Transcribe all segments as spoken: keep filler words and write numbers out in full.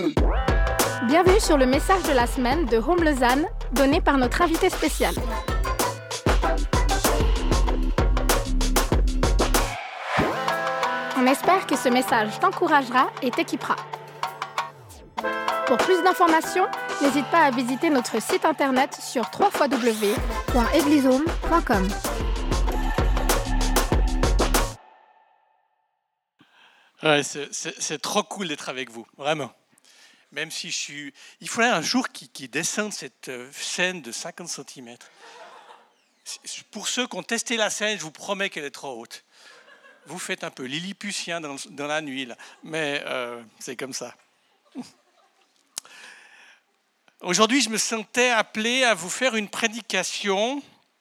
Bienvenue sur le message de la semaine de Home Lausanne, donné par notre invité spécial. On espère que ce message t'encouragera et t'équipera. Pour plus d'informations, n'hésite pas à visiter notre site internet sur w w w point église home point com. Ouais, c'est, c'est, c'est trop cool d'être avec vous, vraiment. Même si je suis... Il faudrait un jour qu'ils, qu'ils descendent cette scène de cinquante centimètres. Pour ceux qui ont testé la scène, je vous promets qu'elle est trop haute. Vous faites un peu lilliputien dans, dans la nuit, là. Mais euh, c'est comme ça. Aujourd'hui, je me sentais appelé à vous faire une prédication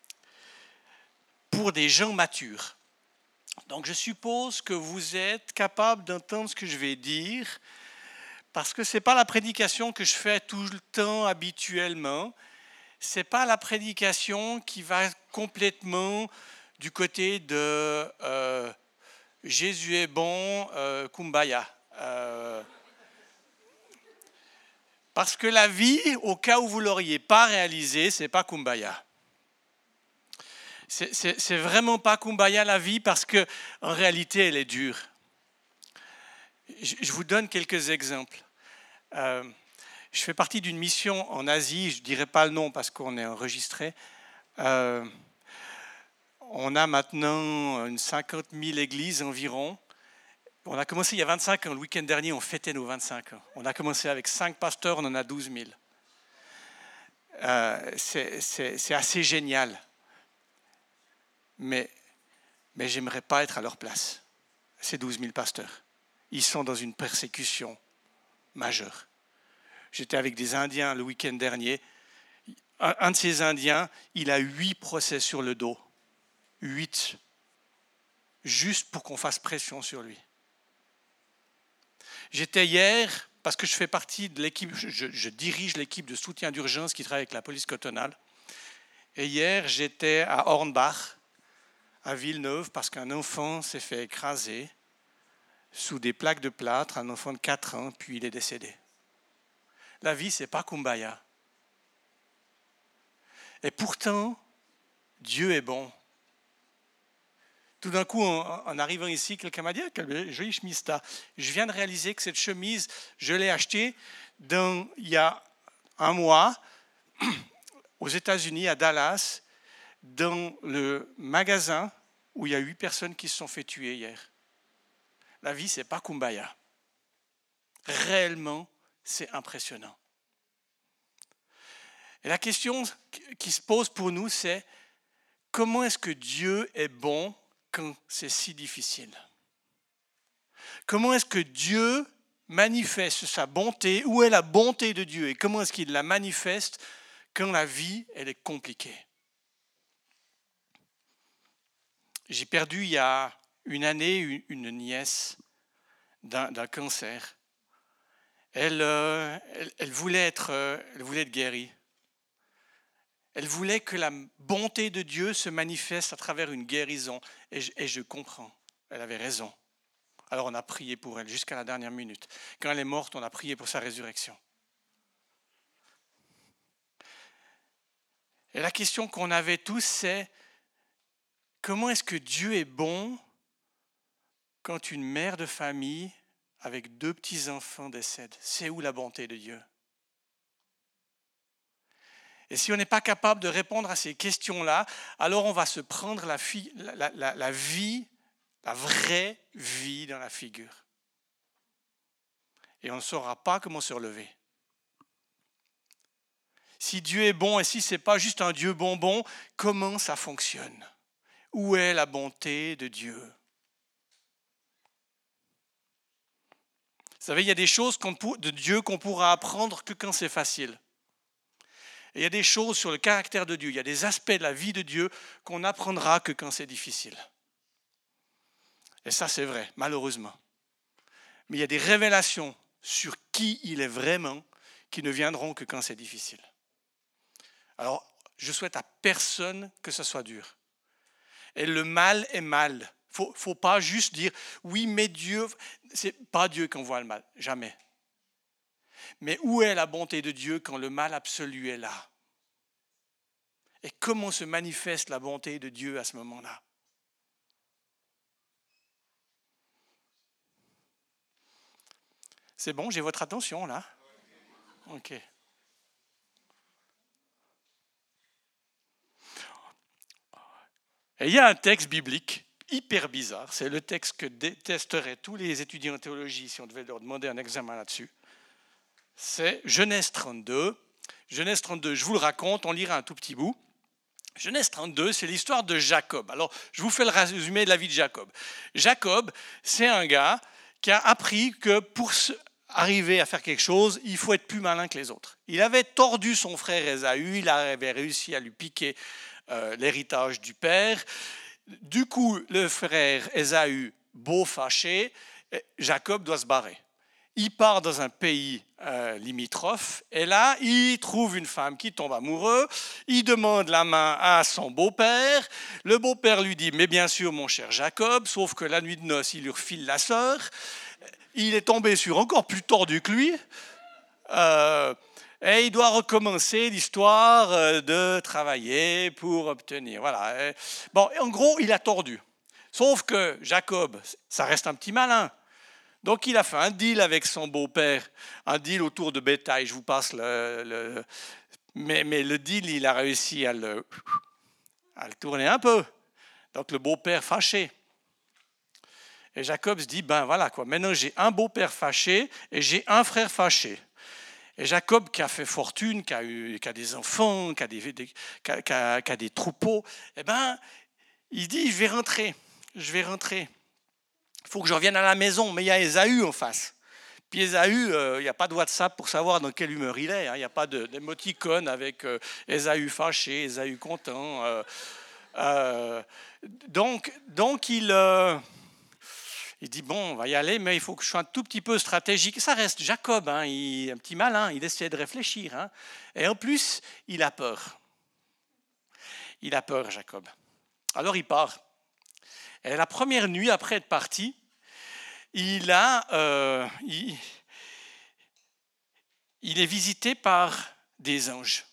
pour des gens matures. Donc, je suppose que vous êtes capable d'entendre ce que je vais dire, parce que ce n'est pas la prédication que je fais tout le temps habituellement. Ce n'est pas la prédication qui va complètement du côté de euh, Jésus est bon, euh, Kumbaya. Euh, parce que la vie, au cas où vous ne l'auriez pas réalisé, ce n'est pas Kumbaya. C'est, c'est, c'est vraiment pas Kumbaya la vie, parce qu'en réalité, elle est dure. Je, je vous donne quelques exemples. Euh, je fais partie d'une mission en Asie, je ne dirai pas le nom parce qu'on est enregistré. Euh, on a maintenant une cinquante mille églises environ. On a commencé il y a vingt-cinq ans, le week-end dernier, on fêtait nos vingt-cinq ans. On a commencé avec cinq pasteurs, on en a douze mille. Euh, c'est, c'est, c'est assez génial. Mais, mais je n'aimerais pas être à leur place, ces douze mille pasteurs. Ils sont dans une persécution majeure. J'étais avec des Indiens le week-end dernier. Un, un de ces Indiens, il a huit procès sur le dos. Huit. Juste pour qu'on fasse pression sur lui. J'étais hier, parce que je fais partie de l'équipe, je, je dirige l'équipe de soutien d'urgence qui travaille avec la police cantonale. Et hier, j'étais à Hornbach, à Villeneuve, parce qu'un enfant s'est fait écraser sous des plaques de plâtre, un enfant de quatre ans, puis il est décédé. La vie, ce n'est pas Kumbaya. Et pourtant, Dieu est bon. Tout d'un coup, en, en arrivant ici, quelqu'un m'a dit « Quelle jolie chemise t'as ». Je viens de réaliser que cette chemise, je l'ai achetée dans, il y a un mois aux États-Unis, à Dallas, dans le magasin où il y a huit personnes qui se sont fait tuer hier. La vie, ce n'est pas Kumbaya. Réellement, c'est impressionnant. Et la question qui se pose pour nous, c'est comment est-ce que Dieu est bon quand c'est si difficile? Comment est-ce que Dieu manifeste sa bonté? Où est la bonté de Dieu? Et comment est-ce qu'il la manifeste quand la vie, elle est compliquée? J'ai perdu il y a une année une, une nièce d'un, d'un cancer. Elle, euh, elle, elle, voulait être, euh, elle voulait être guérie. Elle voulait que la bonté de Dieu se manifeste à travers une guérison. Et je, et je comprends, elle avait raison. Alors on a prié pour elle jusqu'à la dernière minute. Quand elle est morte, on a prié pour sa résurrection. Et la question qu'on avait tous, c'est comment est-ce que Dieu est bon quand une mère de famille avec deux petits-enfants décède? C'est où la bonté de Dieu? Et si on n'est pas capable de répondre à ces questions-là, alors on va se prendre la, fi- la, la, la vie, la vraie vie dans la figure. Et on ne saura pas comment se relever. Si Dieu est bon et si ce n'est pas juste un Dieu bonbon, comment ça fonctionne? Où est la bonté de Dieu? Vous savez, il y a des choses qu'on, de Dieu qu'on pourra apprendre que quand c'est facile. Et il y a des choses sur le caractère de Dieu, il y a des aspects de la vie de Dieu qu'on n'apprendra que quand c'est difficile. Et ça, c'est vrai, malheureusement. Mais il y a des révélations sur qui il est vraiment qui ne viendront que quand c'est difficile. Alors, je souhaite à personne que ce soit dur. Et le mal est mal. Il ne faut pas juste dire, oui, mais Dieu, ce n'est pas Dieu qui envoie le mal, jamais. Mais où est la bonté de Dieu quand le mal absolu est là? Et comment se manifeste la bonté de Dieu à ce moment-là? C'est bon, j'ai votre attention là? Ok. Et il y a un texte biblique hyper bizarre, c'est le texte que détesteraient tous les étudiants en théologie si on devait leur demander un examen là-dessus. C'est Genèse trente-deux. Genèse trente-deux, je vous le raconte, on lira un tout petit bout. Genèse trente-deux, c'est l'histoire de Jacob. Alors, je vous fais le résumé de la vie de Jacob. Jacob, c'est un gars qui a appris que pour arriver à faire quelque chose, il faut être plus malin que les autres. Il avait tordu son frère Ésaü, il avait réussi à lui piquer euh, l'héritage du père. Du coup, le frère Ésaü, beau fâché, Jacob doit se barrer. Il part dans un pays euh, limitrophe et là, il trouve une femme qui tombe amoureux. Il demande la main à son beau-père. Le beau-père lui dit « Mais bien sûr, mon cher Jacob », sauf que la nuit de noces, il lui refile la sœur. Il est tombé sur encore plus tordu que lui. Euh, et il doit recommencer l'histoire de travailler pour obtenir. Voilà. Bon, en gros, il a tordu. Sauf que Jacob, ça reste un petit malin. Donc, il a fait un deal avec son beau-père, un deal autour de bétail. Je vous passe le... le mais, mais le deal, il a réussi à le, à le tourner un peu. Donc, le beau-père fâché. Et Jacob se dit, ben voilà, quoi. Maintenant, j'ai un beau-père fâché et j'ai un frère fâché. Et Jacob, qui a fait fortune, qui a, eu, qui a des enfants, qui a des, des, qui a, qui a, qui a des troupeaux, eh ben, il dit, je vais rentrer, je vais rentrer. Il faut que je revienne à la maison, mais il y a Ésaü en face. Puis Ésaü, euh, il n'y a pas de WhatsApp pour savoir dans quelle humeur il est. Hein. Il n'y a pas d'émoticône avec euh, Ésaü fâché, Ésaü content. Euh, euh, donc, donc il, euh, il dit, bon, on va y aller, mais il faut que je sois un tout petit peu stratégique. Ça reste Jacob, hein, il, un petit malin, il essaie de réfléchir. Hein. Et en plus, il a peur. Il a peur, Jacob. Alors il part. Et la première nuit, après être parti, il, a, euh, il, il est visité par des anges.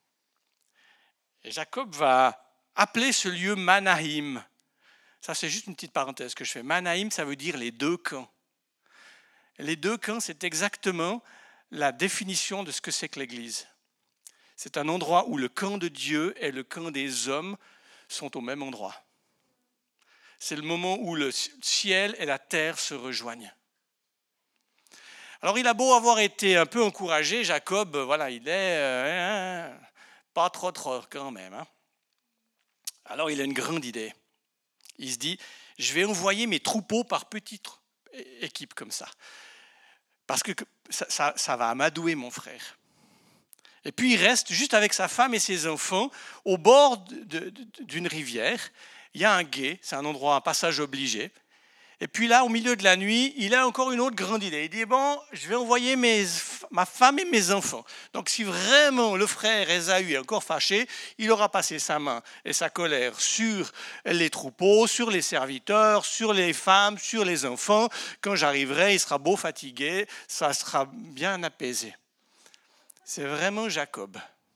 Et Jacob va appeler ce lieu Manaïm. Ça, c'est juste une petite parenthèse que je fais. Manaïm, ça veut dire les deux camps. Les deux camps, c'est exactement la définition de ce que c'est que l'Église. C'est un endroit où le camp de Dieu et le camp des hommes sont au même endroit. C'est le moment où le ciel et la terre se rejoignent. Alors il a beau avoir été un peu encouragé, Jacob, voilà, il est euh, pas trop trop quand même. Hein. Alors il a une grande idée. Il se dit, je vais envoyer mes troupeaux par petites équipes comme ça. Parce que ça, ça, ça va amadouer mon frère. Et puis il reste juste avec sa femme et ses enfants au bord de, de, d'une rivière. Il y a un gué, c'est un endroit, un passage obligé. Et puis là, au milieu de la nuit, il a encore une autre grande idée. Il dit, bon, je vais envoyer mes, ma femme et mes enfants. Donc si vraiment le frère Ésaü est encore fâché, il aura passé sa main et sa colère sur les troupeaux, sur les serviteurs, sur les femmes, sur les enfants. Quand j'arriverai, il sera beau fatigué, ça sera bien apaisé. C'est vraiment Jacob.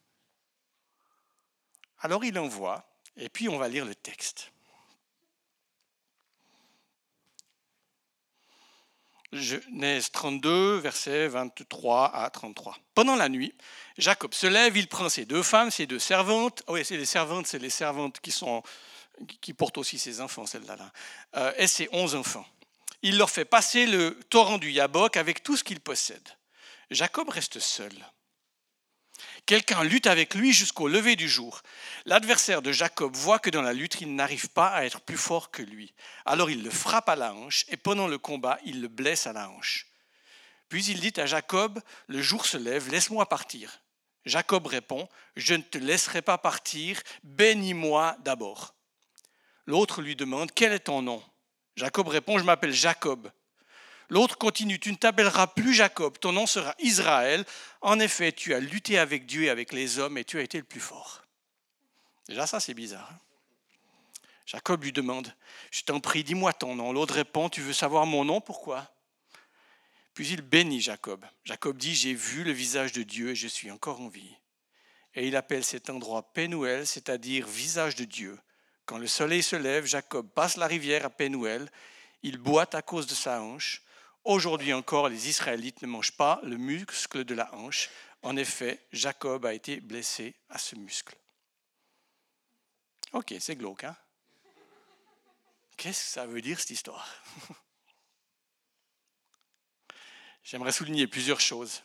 Alors il envoie. Et puis, on va lire le texte. Genèse trente-deux, versets vingt-trois à trente-trois. Pendant la nuit, Jacob se lève, il prend ses deux femmes, ses deux servantes. Oh oui, c'est les servantes, c'est les servantes qui, sont, qui portent aussi ses enfants, celles-là. Là. Euh, et ses onze enfants. Il leur fait passer le torrent du Yabok avec tout ce qu'il possède. Jacob reste seul. Quelqu'un lutte avec lui jusqu'au lever du jour. L'adversaire de Jacob voit que dans la lutte, il n'arrive pas à être plus fort que lui. Alors il le frappe à la hanche et pendant le combat, il le blesse à la hanche. Puis il dit à Jacob, « Le jour se lève, laisse-moi partir. » Jacob répond, « Je ne te laisserai pas partir, bénis-moi d'abord. » L'autre lui demande, « Quel est ton nom ?» Jacob répond, « Je m'appelle Jacob. » L'autre continue, « Tu ne t'appelleras plus Jacob, ton nom sera Israël. En effet, tu as lutté avec Dieu et avec les hommes et tu as été le plus fort. » Déjà, ça, c'est bizarre. Jacob lui demande, « Je t'en prie, dis-moi ton nom. » L'autre répond, « Tu veux savoir mon nom, pourquoi ?» Puis il bénit Jacob. Jacob dit, j'ai vu le visage de Dieu et je suis encore en vie. Et il appelle cet endroit Pénuel, c'est-à-dire visage de Dieu. Quand le soleil se lève, Jacob passe la rivière à Pénuel. Il boite à cause de sa hanche. Aujourd'hui encore, les Israélites ne mangent pas le muscle de la hanche. En effet, Jacob a été blessé à ce muscle. Ok, c'est glauque, hein? Qu'est-ce que ça veut dire cette histoire? J'aimerais souligner plusieurs choses.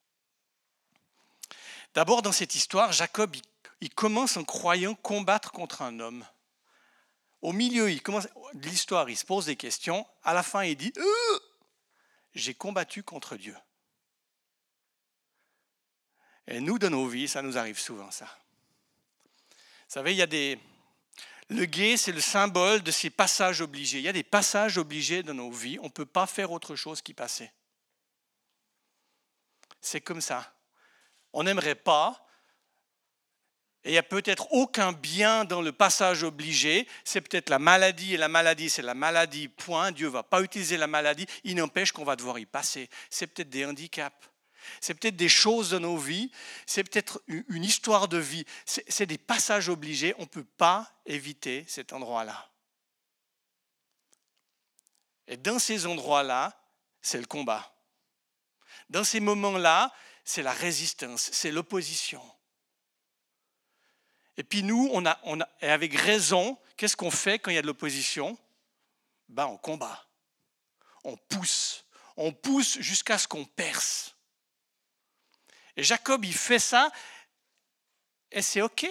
D'abord, dans cette histoire, Jacob il, il commence en croyant combattre contre un homme. Au milieu il commence, de l'histoire, il se pose des questions. À la fin, il dit euh, « J'ai combattu contre Dieu ». Et nous, dans nos vies, ça nous arrive souvent, ça. Vous savez, il y a des... Le guet, c'est le symbole de ces passages obligés. Il y a des passages obligés dans nos vies. On ne peut pas faire autre chose qu'y passer. C'est comme ça. On n'aimerait pas, et il n'y a peut-être aucun bien dans le passage obligé. C'est peut-être la maladie, et la maladie, c'est la maladie, point. Dieu ne va pas utiliser la maladie. Il n'empêche qu'on va devoir y passer. C'est peut-être des handicaps. C'est peut-être des choses dans nos vies, c'est peut-être une histoire de vie, c'est, c'est des passages obligés, on ne peut pas éviter cet endroit-là. Et dans ces endroits-là, c'est le combat. Dans ces moments-là, c'est la résistance, c'est l'opposition. Et puis nous, on a, on a, et avec raison, qu'est-ce qu'on fait quand il y a de l'opposition? Ben, on combat, on pousse, on pousse jusqu'à ce qu'on perce. Et Jacob, il fait ça, et c'est OK.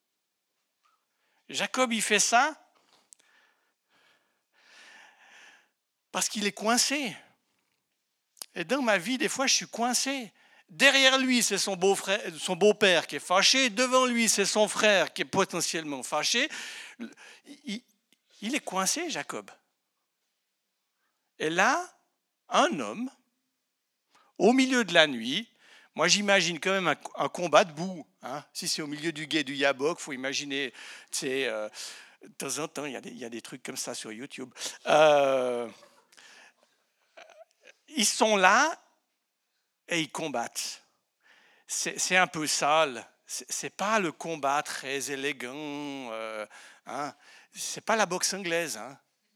Jacob, il fait ça parce qu'il est coincé. Et dans ma vie, des fois, je suis coincé. Derrière lui, c'est son beau-frère, son beau-père qui est fâché. Devant lui, c'est son frère qui est potentiellement fâché. Il, il est coincé, Jacob. Et là, un homme, au milieu de la nuit, moi, j'imagine quand même un, un combat debout. Hein. Si c'est au milieu du gué du Yabok, il faut imaginer, tu sais, euh, de temps en temps, il y, a des, il y a des trucs comme ça sur YouTube. Euh, ils sont là et ils combattent. C'est, c'est un peu sale. C'est, c'est pas le combat très élégant. Euh, hein. C'est pas la boxe anglaise. Hein.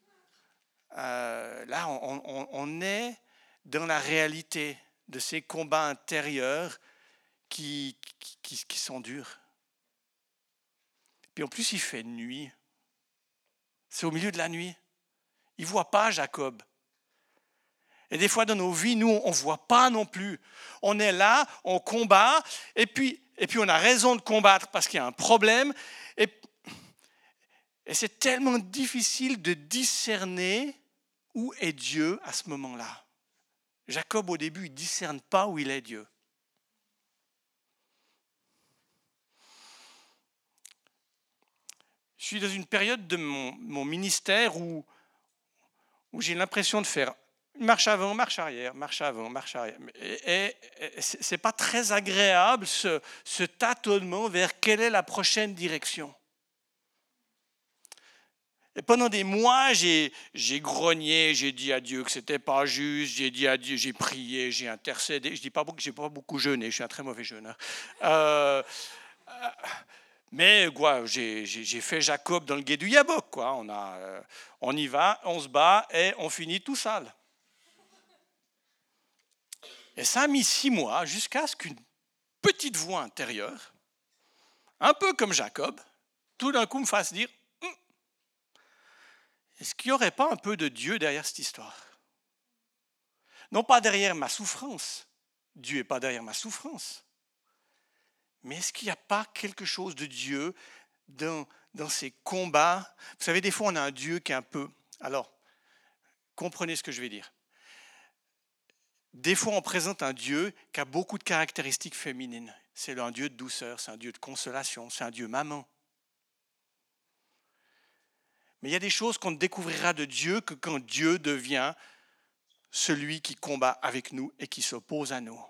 Euh, là, on, on, on est dans la réalité de ces combats intérieurs qui, qui, qui sont durs. Puis en plus, il fait nuit. C'est au milieu de la nuit. Il ne voit pas Jacob. Et des fois, dans nos vies, nous, on ne voit pas non plus. On est là, on combat, et puis, et puis on a raison de combattre parce qu'il y a un problème. Et, et c'est tellement difficile de discerner où est Dieu à ce moment-là. Jacob, au début, il ne discerne pas où il est Dieu. Je suis dans une période de mon, mon ministère où, où j'ai l'impression de faire marche avant, marche arrière, marche avant, marche arrière. Et, et, et ce n'est pas très agréable, ce, ce tâtonnement vers quelle est la prochaine direction. Et pendant des mois, j'ai, j'ai grogné, j'ai dit à Dieu que ce n'était pas juste, j'ai dit à Dieu, j'ai prié, j'ai intercédé. Je ne dis pas que je n'ai pas beaucoup jeûné, je suis un très mauvais jeûneur. Euh, mais quoi, j'ai, j'ai, j'ai fait Jacob dans le gué du Yabok. Quoi. On, a, euh, on y va, on se bat et on finit tout sale. Et ça a mis six mois jusqu'à ce qu'une petite voix intérieure, un peu comme Jacob, tout d'un coup me fasse dire est-ce qu'il n'y aurait pas un peu de Dieu derrière cette histoire? Non pas derrière ma souffrance. Dieu n'est pas derrière ma souffrance. Mais est-ce qu'il n'y a pas quelque chose de Dieu dans, dans ces combats? Vous savez, des fois, on a un Dieu qui est un peu... Alors, comprenez ce que je vais dire. Des fois, on présente un Dieu qui a beaucoup de caractéristiques féminines. C'est un Dieu de douceur, c'est un Dieu de consolation, c'est un Dieu maman. Mais il y a des choses qu'on ne découvrira de Dieu que quand Dieu devient celui qui combat avec nous et qui s'oppose à nous.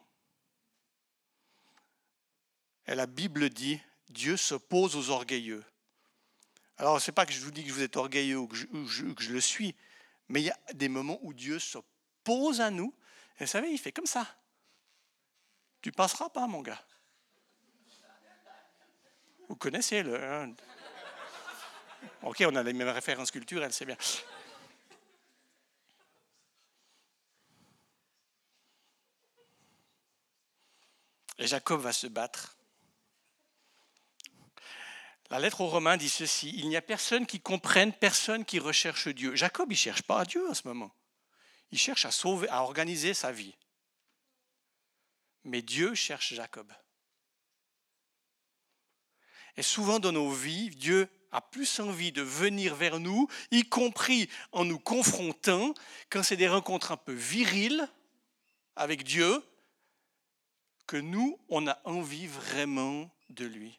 Et la Bible dit, Dieu s'oppose aux orgueilleux. Alors, ce n'est pas que je vous dis que vous êtes orgueilleux ou que je, ou je, que je le suis, mais il y a des moments où Dieu s'oppose à nous, Et vous savez, il fait comme ça. Tu passeras pas, mon gars. Vous connaissez le... Hein? Ok, on a les mêmes références culturelles, c'est bien. Et Jacob va se battre. La lettre aux Romains dit ceci, il n'y a personne qui comprenne, personne qui recherche Dieu. Jacob, il ne cherche pas à Dieu en ce moment. Il cherche à sauver, à organiser sa vie. Mais Dieu cherche Jacob. Et souvent dans nos vies, Dieu a plus envie de venir vers nous, y compris en nous confrontant, quand c'est des rencontres un peu viriles avec Dieu, que nous, on a envie vraiment de lui.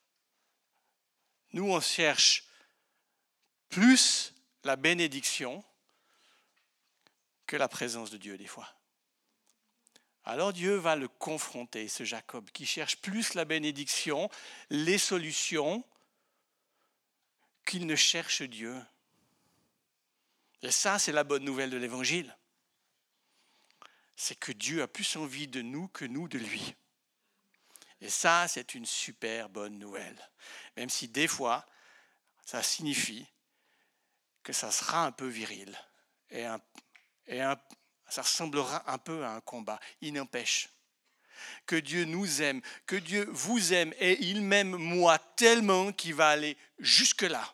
Nous, on cherche plus la bénédiction que la présence de Dieu des fois. Alors Dieu va le confronter, ce Jacob, qui cherche plus la bénédiction, les solutions, qu'il ne cherche Dieu. Et ça, c'est la bonne nouvelle de l'Évangile. C'est que Dieu a plus envie de nous que nous de lui. Et ça, c'est une super bonne nouvelle. Même si des fois, ça signifie que ça sera un peu viril. Et, un, et un, ça ressemblera un peu à un combat. Il n'empêche que Dieu nous aime, que Dieu vous aime. Et il m'aime moi tellement qu'il va aller jusque-là.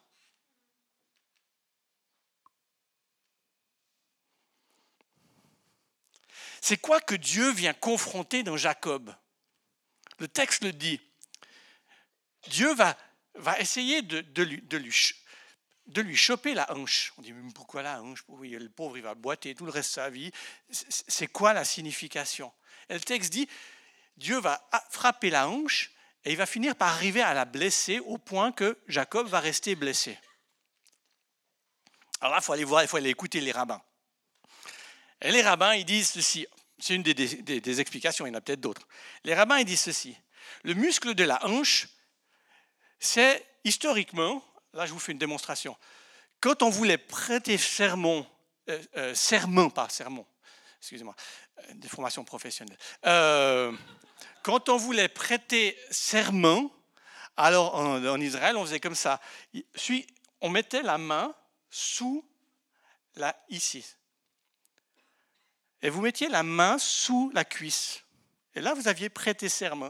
C'est quoi que Dieu vient confronter dans Jacob ? Le texte le dit. Dieu va, va essayer de, de, lui, de, lui, de lui choper la hanche. On dit, mais pourquoi la hanche ? Oui, le pauvre, il va boiter tout le reste de sa vie. C'est quoi la signification ? Et le texte dit, Dieu va frapper la hanche et il va finir par arriver à la blesser au point que Jacob va rester blessé. Alors là, il faut aller voir, il faut aller écouter les rabbins. Et les rabbins, ils disent ceci. C'est une des, des, des explications, il y en a peut-être d'autres. Les rabbins, ils disent ceci. Le muscle de la hanche, c'est historiquement, là je vous fais une démonstration, quand on voulait prêter serment, euh, euh, serment, pas serment, excusez-moi, euh, des formations professionnelles, euh, quand on voulait prêter serment, alors en, en Israël, on faisait comme ça. On mettait la main sous, la, ici, et vous mettiez la main sous la cuisse. Et là, vous aviez prêté serment.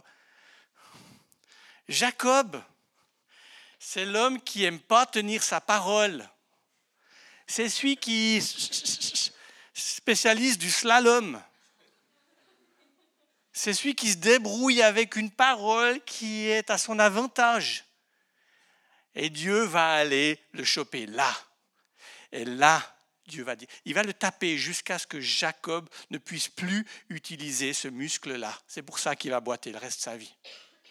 Jacob, c'est l'homme qui n'aime pas tenir sa parole. C'est celui qui spécialise du slalom. C'est celui qui se débrouille avec une parole qui est à son avantage. Et Dieu va aller le choper là. Et là, Dieu va dire, il va le taper jusqu'à ce que Jacob ne puisse plus utiliser ce muscle-là. C'est pour ça qu'il va boiter le reste de sa vie.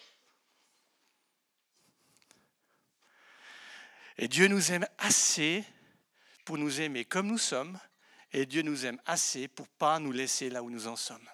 Et Dieu nous aime assez pour nous aimer comme nous sommes, et Dieu nous aime assez pour ne pas nous laisser là où nous en sommes.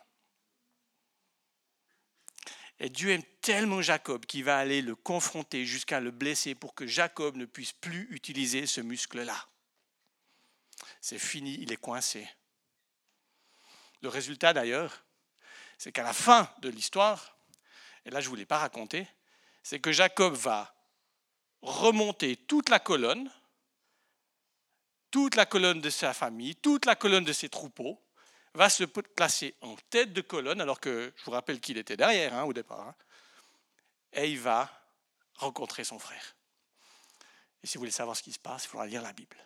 Et Dieu aime tellement Jacob qu'il va aller le confronter jusqu'à le blesser pour que Jacob ne puisse plus utiliser ce muscle-là. C'est fini, il est coincé. Le résultat d'ailleurs, c'est qu'à la fin de l'histoire, et là je ne vous l'ai pas raconté, c'est que Jacob va remonter toute la colonne, toute la colonne de sa famille, toute la colonne de ses troupeaux, va se placer en tête de colonne, alors que je vous rappelle qu'il était derrière hein, au départ, hein, et il va rencontrer son frère. Et si vous voulez savoir ce qui se passe, il faudra lire la Bible.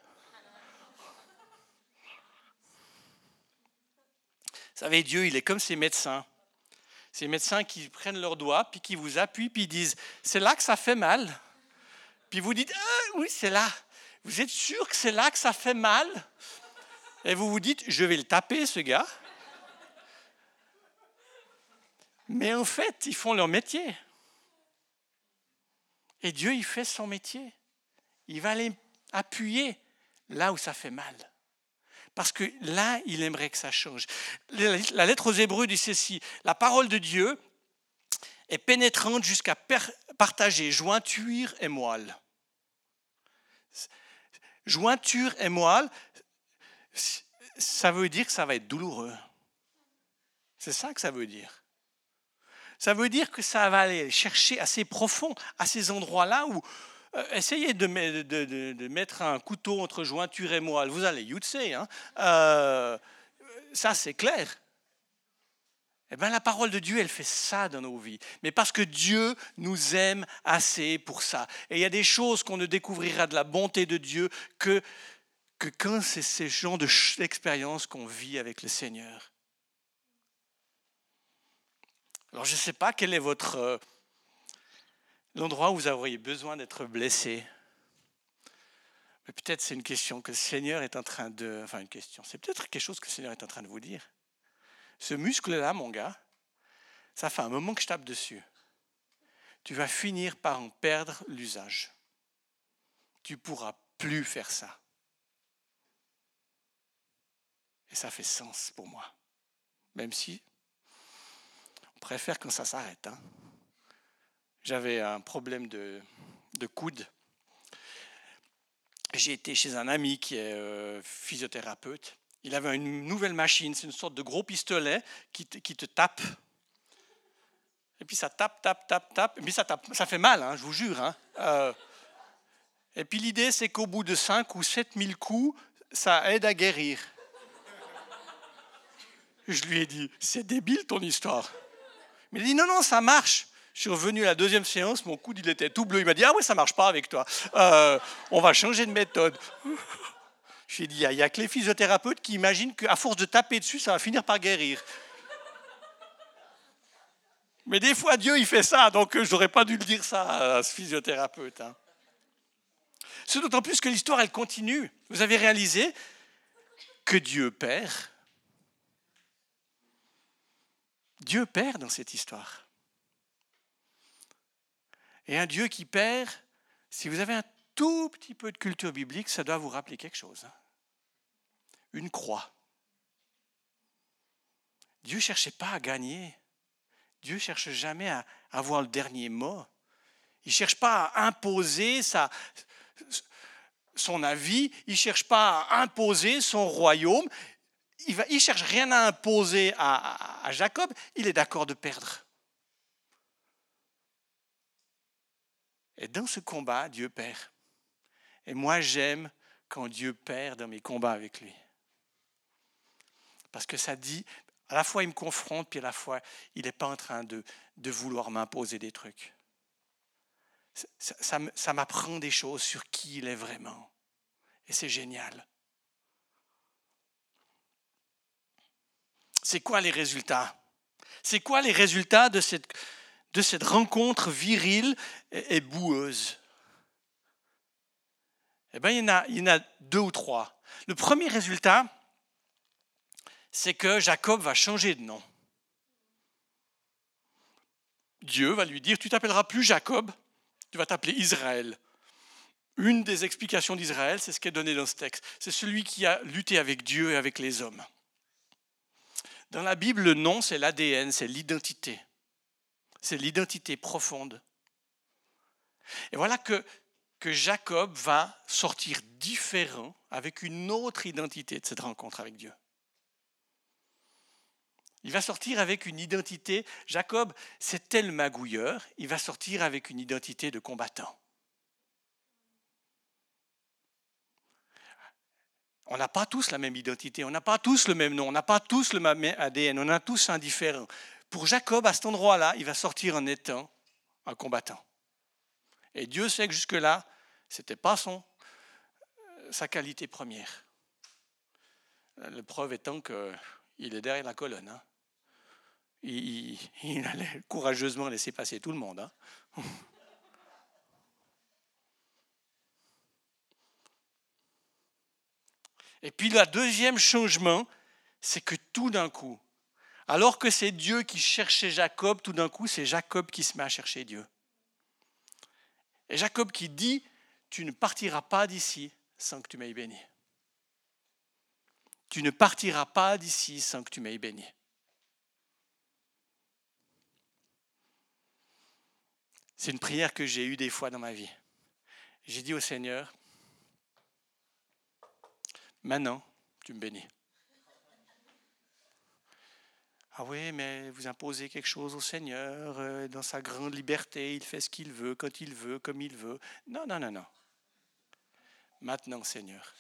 Vous savez, Dieu, il est comme ces médecins. Ces médecins qui prennent leurs doigts, puis qui vous appuient, puis ils disent « c'est là que ça fait mal ». Puis vous dites ah, « oui, c'est là ». Vous êtes sûr que c'est là que ça fait mal ? Et vous vous dites « je vais le taper, ce gars ». Mais en fait, ils font leur métier. Et Dieu, il fait son métier. Il va les appuyer là où ça fait mal. Parce que là, il aimerait que ça change. La lettre aux Hébreux dit ceci, la parole de Dieu est pénétrante jusqu'à per- partager jointure et moelle. Jointure et moelle, ça veut dire que ça va être douloureux. C'est ça que ça veut dire. Ça veut dire que ça va aller chercher assez profond, à ces endroits-là où euh, essayez de, de, de, de mettre un couteau entre jointure et moelle, vous allez yutse, hein. Euh, ça c'est clair. Eh bien, la parole de Dieu, elle fait ça dans nos vies. Mais parce que Dieu nous aime assez pour ça. Et il y a des choses qu'on ne découvrira de la bonté de Dieu que, que quand c'est ces genres d'expériences qu'on vit avec le Seigneur. Alors, je ne sais pas quel est votre euh, l'endroit où vous auriez besoin d'être blessé. Mais peut-être c'est une question que le Seigneur est en train de... Enfin, une question. C'est peut-être quelque chose que le Seigneur est en train de vous dire. Ce muscle-là, mon gars, ça fait un moment que je tape dessus. Tu vas finir par en perdre l'usage. Tu ne pourras plus faire ça. Et ça fait sens pour moi. Même si on préfère quand ça s'arrête. Hein. J'avais un problème de, de coude. J'ai été chez un ami qui est euh, physiothérapeute. Il avait une nouvelle machine, c'est une sorte de gros pistolet qui te, qui te tape. Et puis ça tape, tape, tape, tape. Et puis ça, tape, ça fait mal, hein, je vous jure. Hein. Euh, et puis l'idée, c'est qu'au bout de cinq ou sept mille coups, ça aide à guérir. Je lui ai dit, c'est débile ton histoire. Mais il a dit, non, non, ça marche. Je suis revenu à la deuxième séance, mon coude il était tout bleu. Il m'a dit, ah oui, ça ne marche pas avec toi. Euh, on va changer de méthode. Je lui ai dit, il n'y a que les physiothérapeutes qui imaginent qu'à force de taper dessus, ça va finir par guérir. Mais des fois, Dieu, il fait ça, donc je n'aurais pas dû le dire ça à ce physiothérapeute. Hein. C'est d'autant plus que l'histoire, elle continue. Vous avez réalisé que Dieu perd. Dieu perd dans cette histoire. Et un Dieu qui perd, si vous avez un tout petit peu de culture biblique, ça doit vous rappeler quelque chose. Hein. Une croix. Dieu ne cherchait pas à gagner. Dieu ne cherche jamais à avoir le dernier mot. Il ne cherche pas à imposer sa, son avis. Il ne cherche pas à imposer son royaume. Il ne cherche rien à imposer à, à, à Jacob. Il est d'accord de perdre. Et dans ce combat, Dieu perd. Et moi, j'aime quand Dieu perd dans mes combats avec lui. Parce que ça dit, à la fois il me confronte, puis à la fois il n'est pas en train de, de vouloir m'imposer des trucs. Ça, ça, ça m'apprend des choses sur qui il est vraiment. Et c'est génial. C'est quoi les résultats? C'est quoi les résultats de cette, de cette rencontre virile et, et boueuse? Eh bien, il y en a, il y en a deux ou trois. Le premier résultat, c'est que Jacob va changer de nom. Dieu va lui dire, tu ne t'appelleras plus Jacob, tu vas t'appeler Israël. Une des explications d'Israël, c'est ce qui est donné dans ce texte. C'est celui qui a lutté avec Dieu et avec les hommes. Dans la Bible, le nom, c'est l'A D N, c'est l'identité. C'est l'identité profonde. Et voilà que, que Jacob va sortir différent avec une autre identité de cette rencontre avec Dieu. Il va sortir avec une identité, Jacob, c'était le magouilleur, il va sortir avec une identité de combattant. On n'a pas tous la même identité, on n'a pas tous le même nom, on n'a pas tous le même A D N, on a tous un différent. Pour Jacob, à cet endroit-là, il va sortir en étant un combattant. Et Dieu sait que jusque-là, ce n'était pas son, sa qualité première. La preuve étant qu'il est derrière la colonne. Hein. Il, il allait courageusement laisser passer tout le monde. Hein. Et puis le deuxième changement, c'est que tout d'un coup, alors que c'est Dieu qui cherchait Jacob, tout d'un coup, c'est Jacob qui se met à chercher Dieu. Et Jacob qui dit, tu ne partiras pas d'ici sans que tu m'aies béni. Tu ne partiras pas d'ici sans que tu m'aies béni. C'est une prière que j'ai eue des fois dans ma vie. J'ai dit au Seigneur, maintenant, tu me bénis. Ah oui, mais vous imposez quelque chose au Seigneur, euh, dans sa grande liberté, il fait ce qu'il veut, quand il veut, comme il veut. Non, non, non, non. Maintenant, Seigneur.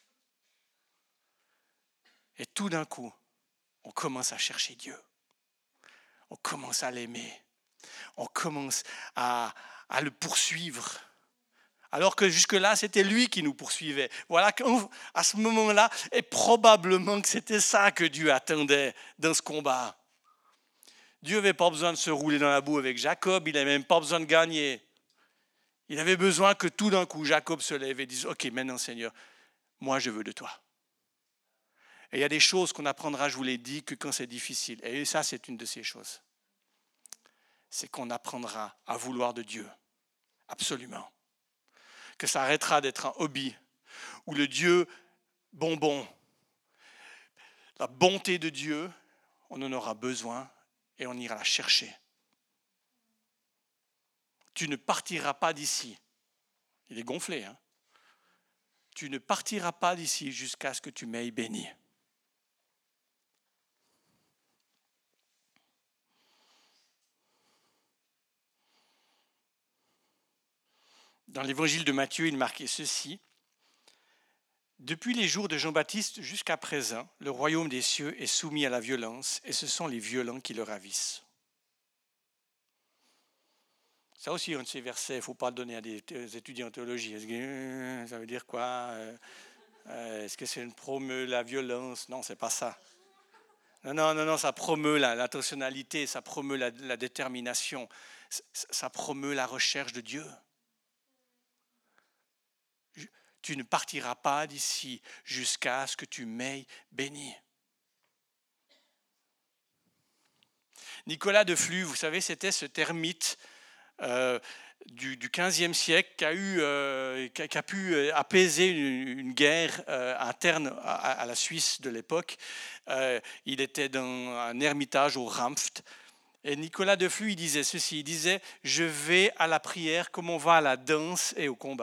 Et tout d'un coup, on commence à chercher Dieu. On commence à l'aimer. On commence à, à le poursuivre. Alors que jusque-là, c'était lui qui nous poursuivait. Voilà qu'à ce moment-là, et probablement que c'était ça que Dieu attendait dans ce combat. Dieu n'avait pas besoin de se rouler dans la boue avec Jacob, il n'avait même pas besoin de gagner. Il avait besoin que tout d'un coup, Jacob se lève et dise « Ok, maintenant Seigneur, moi je veux de toi. » Et il y a des choses qu'on apprendra, je vous l'ai dit, que quand c'est difficile. Et ça, c'est une de ces choses. C'est qu'on apprendra à vouloir de Dieu. Absolument. Que ça arrêtera d'être un hobby. Où le Dieu bonbon, la bonté de Dieu, on en aura besoin et on ira la chercher. Tu ne partiras pas d'ici. Il est gonflé, hein? Tu ne partiras pas d'ici jusqu'à ce que tu m'aies béni. Dans l'évangile de Matthieu, il marquait ceci. Depuis les jours de Jean-Baptiste jusqu'à présent, le royaume des cieux est soumis à la violence et ce sont les violents qui le ravissent. Ça aussi, un de ces versets, il ne faut pas le donner à des étudiants en théologie. Est-ce que, ça veut dire quoi? Est-ce que c'est une promeut la violence? Non, ce n'est pas ça. Non, non, non, non, ça promeut la, l'intentionnalité, ça promeut la, la détermination, ça, ça promeut la recherche de Dieu. Tu ne partiras pas d'ici jusqu'à ce que tu m'aies béni. Nicolas de Flue, vous savez, c'était ce termite euh, du, du quinzième siècle qui a, eu, euh, qui a, qui a pu apaiser une, une guerre euh, interne à, à la Suisse de l'époque. Euh, il était dans un ermitage au Rampft. Et Nicolas de Flue, il disait ceci, il disait « Je vais à la prière comme on va à la danse et au combat ».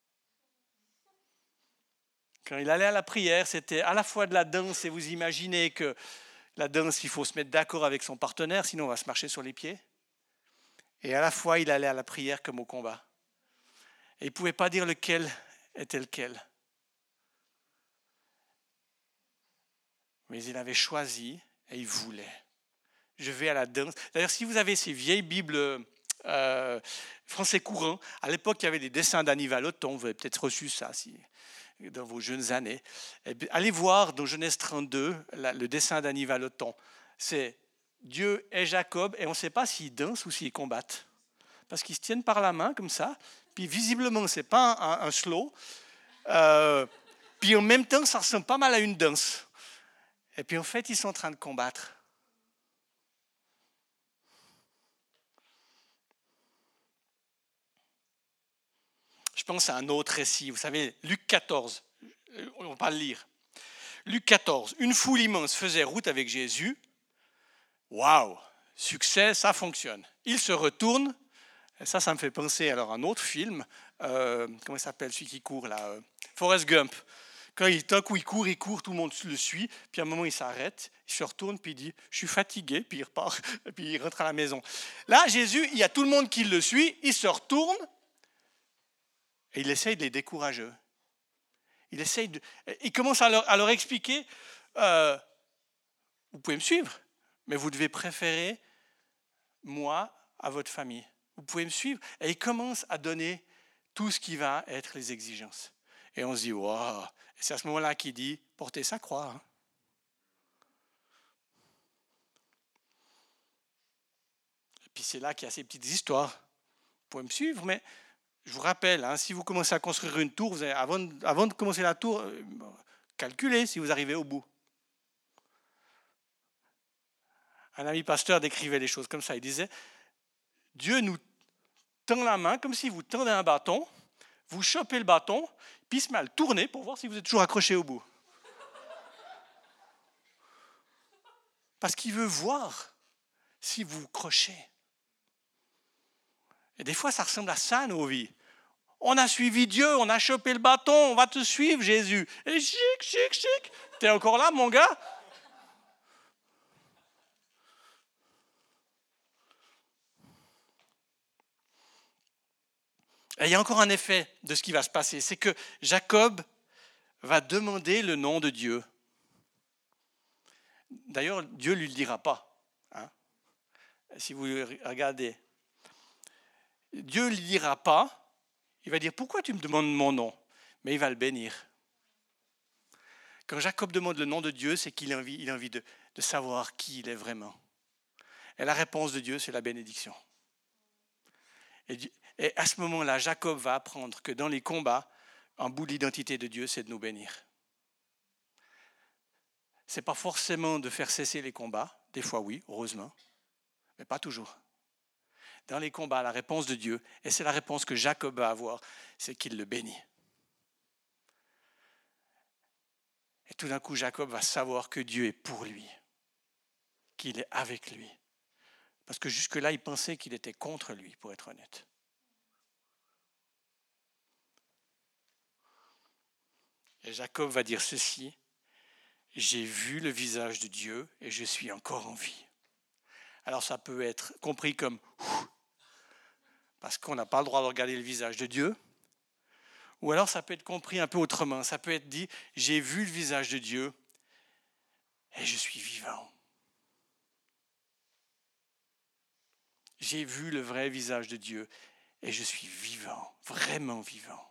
Quand il allait à la prière, c'était à la fois de la danse, et vous imaginez que la danse, il faut se mettre d'accord avec son partenaire, sinon on va se marcher sur les pieds. Et à la fois, il allait à la prière comme au combat. Et il ne pouvait pas dire lequel était lequel. Mais il avait choisi et il voulait. Je vais à la danse. D'ailleurs, si vous avez ces vieilles Bibles euh, français courant, à l'époque, il y avait des dessins d'Annie Vallotton, vous avez peut-être reçu ça, si... dans vos jeunes années, allez voir dans Genèse trente-deux la, le dessin d'Annie Vallotton. C'est Dieu et Jacob, et on ne sait pas s'ils dansent ou s'ils combattent. Parce qu'ils se tiennent par la main, comme ça, puis visiblement, ce n'est pas un, un slow. Euh, puis en même temps, ça ressemble pas mal à une danse. Et puis en fait, ils sont en train de combattre. Je pense à un autre récit, vous savez, Luc quatorze, on va pas le lire. Luc quatorze, une foule immense faisait route avec Jésus. Waouh, succès, ça fonctionne. Il se retourne, et ça, ça me fait penser alors à un autre film, euh, comment il s'appelle, celui qui court là, euh, Forrest Gump. Quand il, d'un coup il court, il court, tout le monde le suit, puis à un moment il s'arrête, il se retourne, puis il dit « je suis fatigué », puis il repart, et puis il rentre à la maison. Là, Jésus, il y a tout le monde qui le suit, il se retourne, et il essaye de les décourager. Il, essaye de, il commence à leur, à leur expliquer, euh, vous pouvez me suivre, mais vous devez préférer moi à votre famille. Vous pouvez me suivre. Et il commence à donner tout ce qui va être les exigences. Et on se dit, waouh. Et c'est à ce moment-là qu'il dit, portez sa croix. Hein. Et puis c'est là qu'il y a ces petites histoires. Vous pouvez me suivre, mais je vous rappelle, hein, si vous commencez à construire une tour, vous avez, avant, de, avant de commencer la tour, euh, calculez si vous arrivez au bout. Un ami pasteur décrivait les choses comme ça. Il disait, Dieu nous tend la main comme si vous tendez un bâton, vous chopez le bâton, puis il se met à le tourner pour voir si vous êtes toujours accroché au bout. Parce qu'il veut voir si vous crochez. Et des fois, ça ressemble à ça, nos vies. On a suivi Dieu, on a chopé le bâton, on va te suivre, Jésus. Et chic, chic, chic. T'es encore là, mon gars? Et il y a encore un effet de ce qui va se passer, c'est que Jacob va demander le nom de Dieu. D'ailleurs, Dieu ne lui le dira pas. Hein. Si vous regardez, Dieu ne lui dira pas, il va dire « Pourquoi tu me demandes mon nom ?» Mais il va le bénir. Quand Jacob demande le nom de Dieu, c'est qu'il a envie, il a envie de, de savoir qui il est vraiment. Et la réponse de Dieu, c'est la bénédiction. Et, et à ce moment-là, Jacob va apprendre que dans les combats, un bout de l'identité de Dieu, c'est de nous bénir. Ce n'est pas forcément de faire cesser les combats, des fois oui, heureusement, mais pas toujours. Dans les combats, la réponse de Dieu, et c'est la réponse que Jacob va avoir, c'est qu'il le bénit. Et tout d'un coup, Jacob va savoir que Dieu est pour lui, qu'il est avec lui. Parce que jusque-là, il pensait qu'il était contre lui, pour être honnête. Et Jacob va dire ceci, « J'ai vu le visage de Dieu et je suis encore en vie. » Alors ça peut être compris comme « parce qu'on n'a pas le droit de regarder le visage de Dieu », ou alors ça peut être compris un peu autrement. Ça peut être dit « J'ai vu le visage de Dieu et je suis vivant. » J'ai vu le vrai visage de Dieu et je suis vivant, vraiment vivant.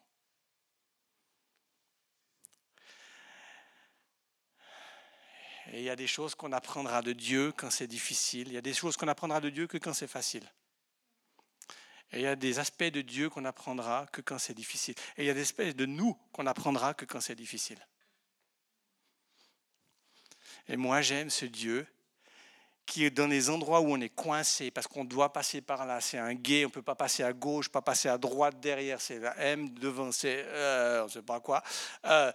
Et il y a des choses qu'on apprendra de Dieu quand c'est difficile. Il y a des choses qu'on apprendra de Dieu que quand c'est facile. Et il y a des aspects de Dieu qu'on apprendra que quand c'est difficile. Et il y a des aspects de nous qu'on apprendra que quand c'est difficile. Et moi, j'aime ce Dieu qui est dans les endroits où on est coincé parce qu'on doit passer par là. C'est un guet, on ne peut pas passer à gauche, pas passer à droite, derrière, c'est la M, devant, c'est euh, on ne sait pas quoi. Euh,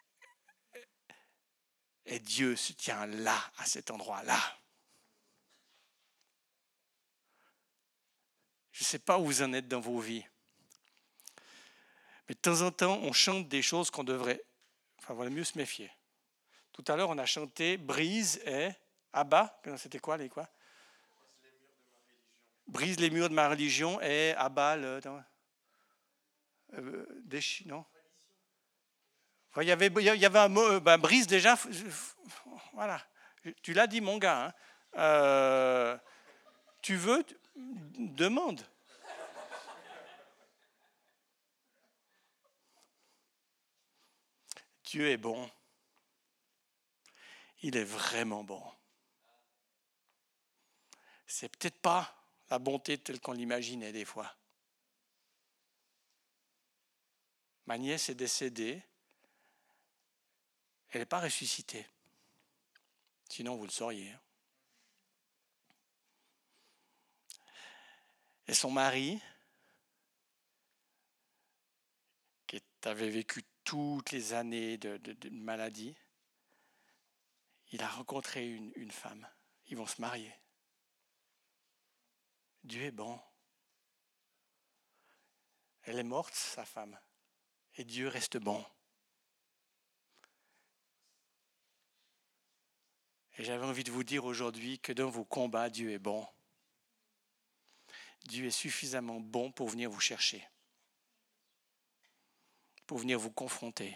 et Dieu se tient là, à cet endroit-là. Je ne sais pas où vous en êtes dans vos vies. Mais de temps en temps, on chante des choses qu'on devrait... Enfin, il vaut mieux se méfier. Tout à l'heure, on a chanté « Brise et... » Abba, c'était quoi les quoi ? Brise les murs de ma religion et abat le... Euh, déchi, non ? Enfin, il, y avait, il y avait un mot, ben, brise déjà, voilà, tu l'as dit mon gars, hein. euh, tu veux, demande. Dieu est bon, il est vraiment bon. C'est peut-être pas la bonté telle qu'on l'imaginait des fois. Ma nièce est décédée, elle n'est pas ressuscitée. Sinon, vous le sauriez. Et son mari, qui avait vécu toutes les années de, de, de maladie, il a rencontré une, une femme. Ils vont se marier. Dieu est bon. Elle est morte, sa femme. Et Dieu reste bon. Et j'avais envie de vous dire aujourd'hui que dans vos combats, Dieu est bon. Dieu est suffisamment bon pour venir vous chercher, pour venir vous confronter.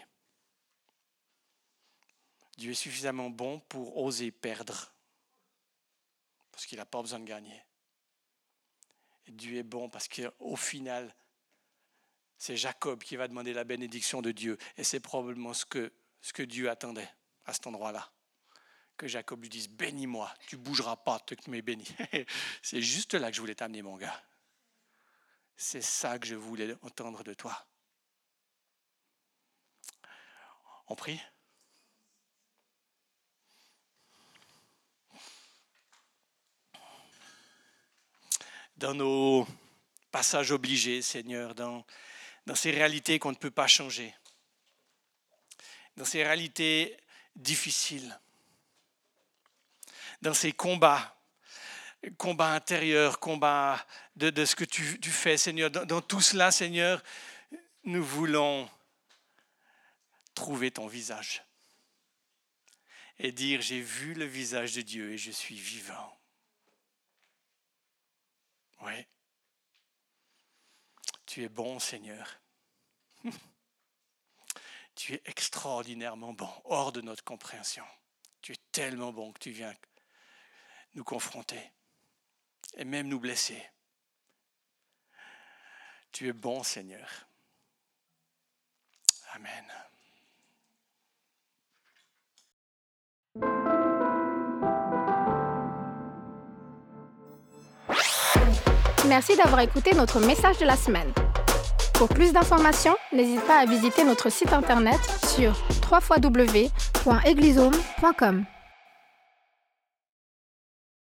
Dieu est suffisamment bon pour oser perdre, parce qu'il n'a pas besoin de gagner. Et Dieu est bon parce qu'au final, c'est Jacob qui va demander la bénédiction de Dieu. Et c'est probablement ce que, ce que Dieu attendait à cet endroit-là. Que Jacob lui dise « Bénis-moi, tu ne bougeras pas, tu m'es béni. » C'est juste là que je voulais t'amener, mon gars. C'est ça que je voulais entendre de toi. On prie ? Dans nos passages obligés, Seigneur, dans, dans ces réalités qu'on ne peut pas changer, dans ces réalités difficiles, dans ces combats, combats intérieurs, combats de, de ce que tu, tu fais, Seigneur. Dans, dans tout cela, Seigneur, nous voulons trouver ton visage et dire « J'ai vu le visage de Dieu et je suis vivant. » Oui. Tu es bon, Seigneur. Tu es extraordinairement bon, hors de notre compréhension. Tu es tellement bon que tu viens nous confronter et même nous blesser. Tu es bon, Seigneur. Amen. Merci d'avoir écouté notre message de la semaine. Pour plus d'informations, n'hésite pas à visiter notre site internet sur w w w point eglisome point com.